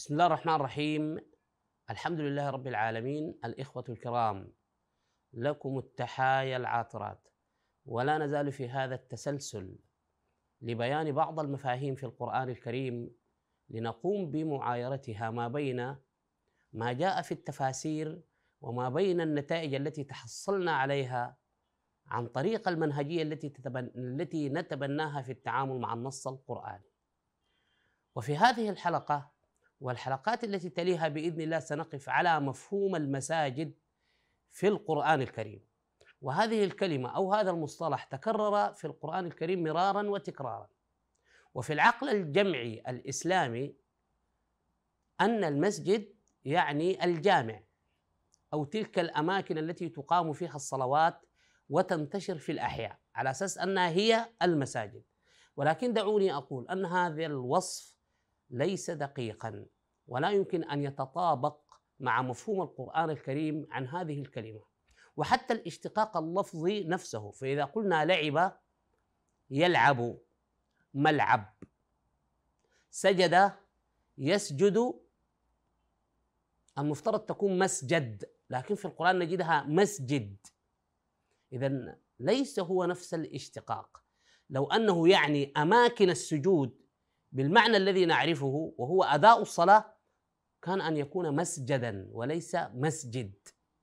بسم الله الرحمن الرحيم. الحمد لله رب العالمين. الإخوة الكرام، لكم التحايا العاطرات، ولا نزال في هذا التسلسل لبيان بعض المفاهيم في القرآن الكريم لنقوم بمعايرتها ما بين ما جاء في التفاسير وما بين النتائج التي تحصلنا عليها عن طريق المنهجية التي نتبناها في التعامل مع النص القرآني. وفي هذه الحلقة والحلقات التي تليها بإذن الله سنقف على مفهوم المساجد في القرآن الكريم. وهذه الكلمة أو هذا المصطلح تكرر في القرآن الكريم مرارا وتكرارا. وفي العقل الجمعي الإسلامي أن المسجد يعني الجامع أو تلك الأماكن التي تقام فيها الصلوات وتنتشر في الأحياء على أساس أنها هي المساجد. ولكن دعوني أقول أن هذا الوصف ليس دقيقا ولا يمكن أن يتطابق مع مفهوم القرآن الكريم عن هذه الكلمة، وحتى الاشتقاق اللفظي نفسه. فإذا قلنا لعب يلعب، ملعب، سجد يسجد، المفترض تكون مسجد، لكن في القرآن نجدها مسجد. إذن ليس هو نفس الاشتقاق. لو أنه يعني أماكن السجود بالمعنى الذي نعرفه وهو أداء الصلاة كان أن يكون مسجدا وليس مسجد.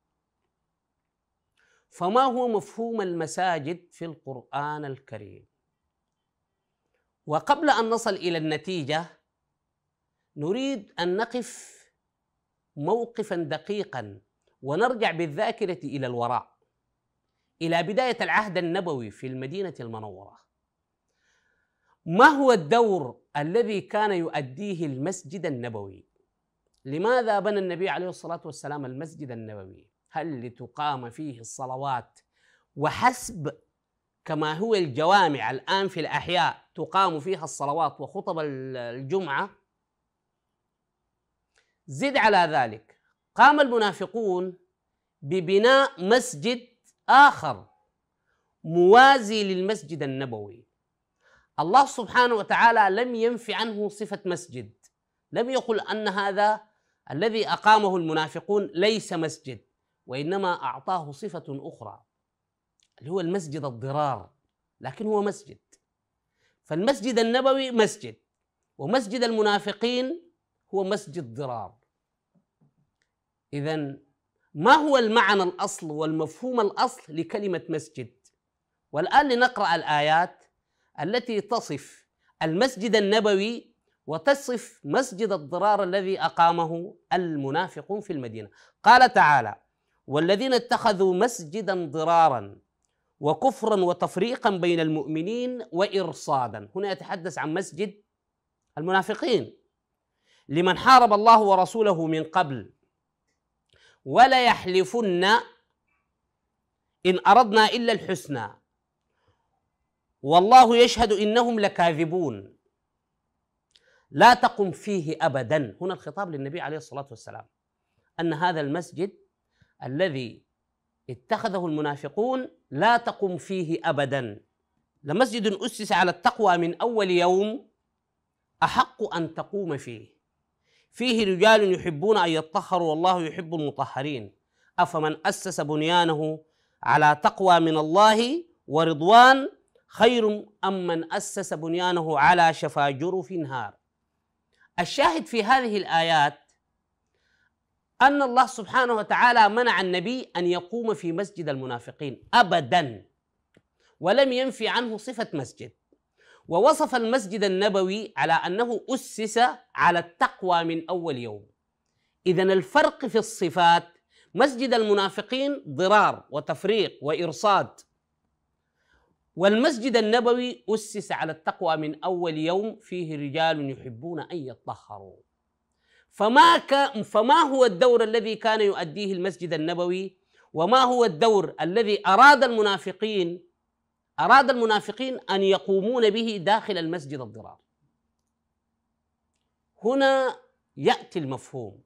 فما هو مفهوم المساجد في القرآن الكريم؟ وقبل أن نصل إلى النتيجة نريد أن نقف موقفا دقيقا ونرجع بالذاكرة إلى الوراء، إلى بداية العهد النبوي في المدينة المنورة. ما هو الدور الذي كان يؤديه المسجد النبوي؟ لماذا بنى النبي عليه الصلاة والسلام المسجد النبوي؟ هل لتقام فيه الصلوات وحسب كما هو الجوامع الآن في الأحياء تقام فيها الصلوات وخطب الجمعة؟ زد على ذلك قام المنافقون ببناء مسجد آخر موازي للمسجد النبوي. الله سبحانه وتعالى لم ينفي عنه صفة مسجد، لم يقل أن هذا الذي أقامه المنافقون ليس مسجد، وإنما أعطاه صفة أخرى اللي هو المسجد الضرار، لكن هو مسجد. فالمسجد النبوي مسجد، ومسجد المنافقين هو مسجد ضرار. إذن ما هو المعنى الأصل والمفهوم الأصل لكلمة مسجد؟ والآن لنقرأ الآيات التي تصف المسجد النبوي وتصف مسجد الضرار الذي أقامه المنافقون في المدينة. قال تعالى: والذين اتخذوا مسجدا ضرارا وكفرا وتفريقا بين المؤمنين وإرصادا. هنا يتحدث عن مسجد المنافقين. لمن حارب الله ورسوله من قبل ولا يحلفن إن أردنا إلا الحسنى والله يشهد إنهم لكاذبون لا تقم فيه أبدا. هنا الخطاب للنبي عليه الصلاة والسلام أن هذا المسجد الذي اتخذه المنافقون لا تقم فيه أبدا. لمسجد أسس على التقوى من أول يوم أحق أن تقوم فيه رجال يحبون أن يطهروا والله يحب المطهرين. أفمن أسس بنيانه على تقوى من الله ورضوان خير أم من أسس بنيانه على شفا جرف نهار. الشاهد في هذه الآيات أن الله سبحانه وتعالى منع النبي أن يقوم في مسجد المنافقين أبدا، ولم ينفي عنه صفة مسجد، ووصف المسجد النبوي على أنه أسس على التقوى من أول يوم. إذن الفرق في الصفات: مسجد المنافقين ضرار وتفريق وإرصاد، والمسجد النبوي أسس على التقوى من أول يوم فيه رجال يحبون أن يطهروا. فما هو الدور الذي كان يؤديه المسجد النبوي؟ وما هو الدور الذي أراد المنافقين أن يقومون به داخل المسجد الضرار؟ هنا يأتي المفهوم.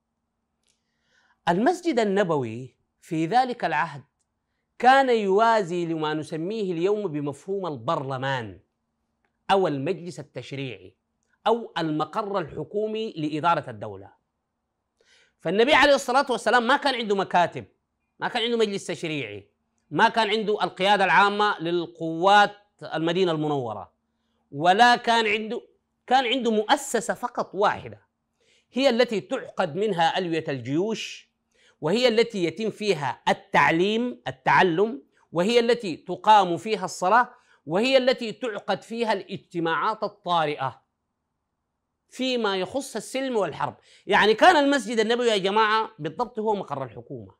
المسجد النبوي في ذلك العهد كان يوازي لما نسميه اليوم بمفهوم البرلمان أو المجلس التشريعي أو المقر الحكومي لإدارة الدولة. فالنبي عليه الصلاة والسلام ما كان عنده مكاتب، ما كان عنده مجلس تشريعي، ما كان عنده القيادة العامة للقوات المدينة المنورة، ولا كان عنده مؤسسة فقط واحدة هي التي تعقد منها ألوية الجيوش، وهي التي يتم فيها التعلم، وهي التي تقام فيها الصلاة، وهي التي تعقد فيها الاجتماعات الطارئة فيما يخص السلم والحرب. يعني كان المسجد النبوي يا جماعة بالضبط هو مقر الحكومة.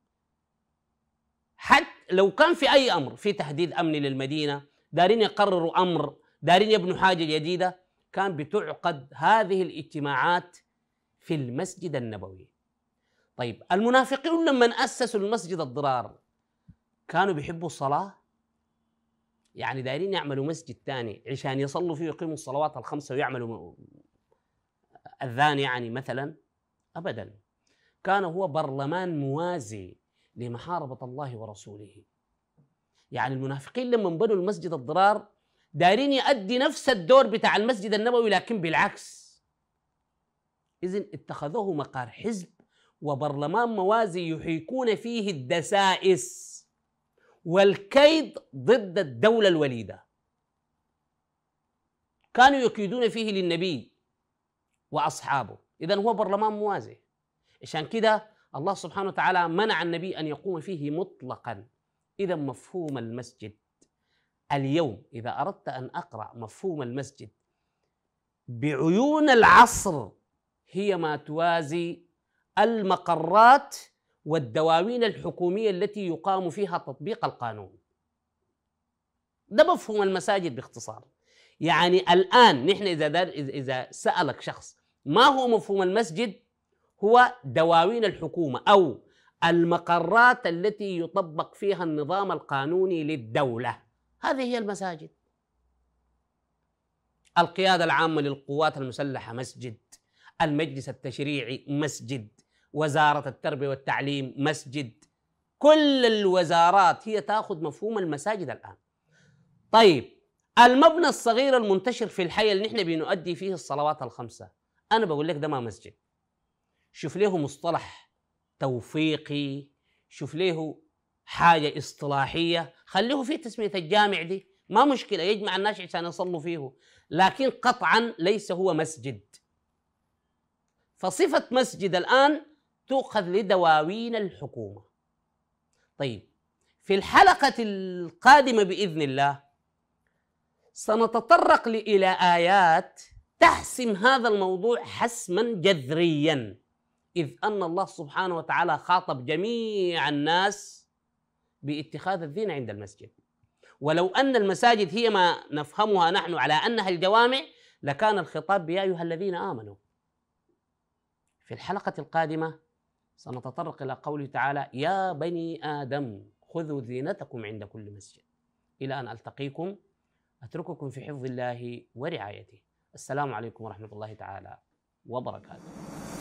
حتى لو كان في أي أمر، في تهديد أمني للمدينة، دارين يقرروا أمر، دارين يبنوا حاجة جديدة، كان بتعقد هذه الاجتماعات في المسجد النبوي. طيب المنافقون لما أسسوا المسجد الضرار كانوا بيحبوا الصلاة؟ يعني دايرين يعملوا مسجد تاني عشان يصلوا فيه ويقيموا الصلوات الخمسة ويعملوا أذان يعني مثلا؟ أبدا. كان هو برلمان موازي لمحاربة الله ورسوله. يعني المنافقين لما بنوا المسجد الضرار دايرين يؤدي نفس الدور بتاع المسجد النبوي لكن بالعكس. إذن اتخذوه مقار حزب وبرلمان موازي يحيكون فيه الدسائس والكيد ضد الدولة الوليدة. كانوا يكيدون فيه للنبي وأصحابه. إذن هو برلمان موازي. عشان كده الله سبحانه وتعالى منع النبي أن يقوم فيه مطلقا. إذا مفهوم المسجد اليوم، إذا أردت أن أقرأ مفهوم المسجد بعيون العصر، هي ما توازي المقرات والدواوين الحكومية التي يقام فيها تطبيق القانون. ده مفهوم المساجد باختصار. يعني الآن نحن إذا سألك شخص ما هو مفهوم المسجد، هو دواوين الحكومة أو المقرات التي يطبق فيها النظام القانوني للدولة. هذه هي المساجد. القيادة العامة للقوات المسلحة مسجد، المجلس التشريعي مسجد، وزارة التربية والتعليم مسجد. كل الوزارات هي تأخذ مفهوم المساجد الآن. طيب المبنى الصغير المنتشر في الحي اللي نحن بنؤدي فيه الصلوات الخمسة، أنا بقول لك ده ما مسجد. شوف له مصطلح توفيقي، شوف له حاجة اصطلاحية، خليه فيه تسمية الجامع دي، ما مشكلة، يجمع الناس عشان يصلوا فيه، لكن قطعا ليس هو مسجد. فصفة مسجد الآن تؤخذ لدواوين الحكومة. طيب في الحلقة القادمة بإذن الله سنتطرق إلى آيات تحسم هذا الموضوع حسما جذريا، إذ أن الله سبحانه وتعالى خاطب جميع الناس باتخاذ الزينة عند المسجد. ولو أن المساجد هي ما نفهمها نحن على أنها الجوامع لكان الخطاب يا أيها الذين آمنوا. في الحلقة القادمة سنتطرق إلى قوله تعالى يا بني آدم خذوا زينتكم عند كل مسجد. إلى أن ألتقيكم أترككم في حفظ الله ورعايته. السلام عليكم ورحمة الله تعالى وبركاته.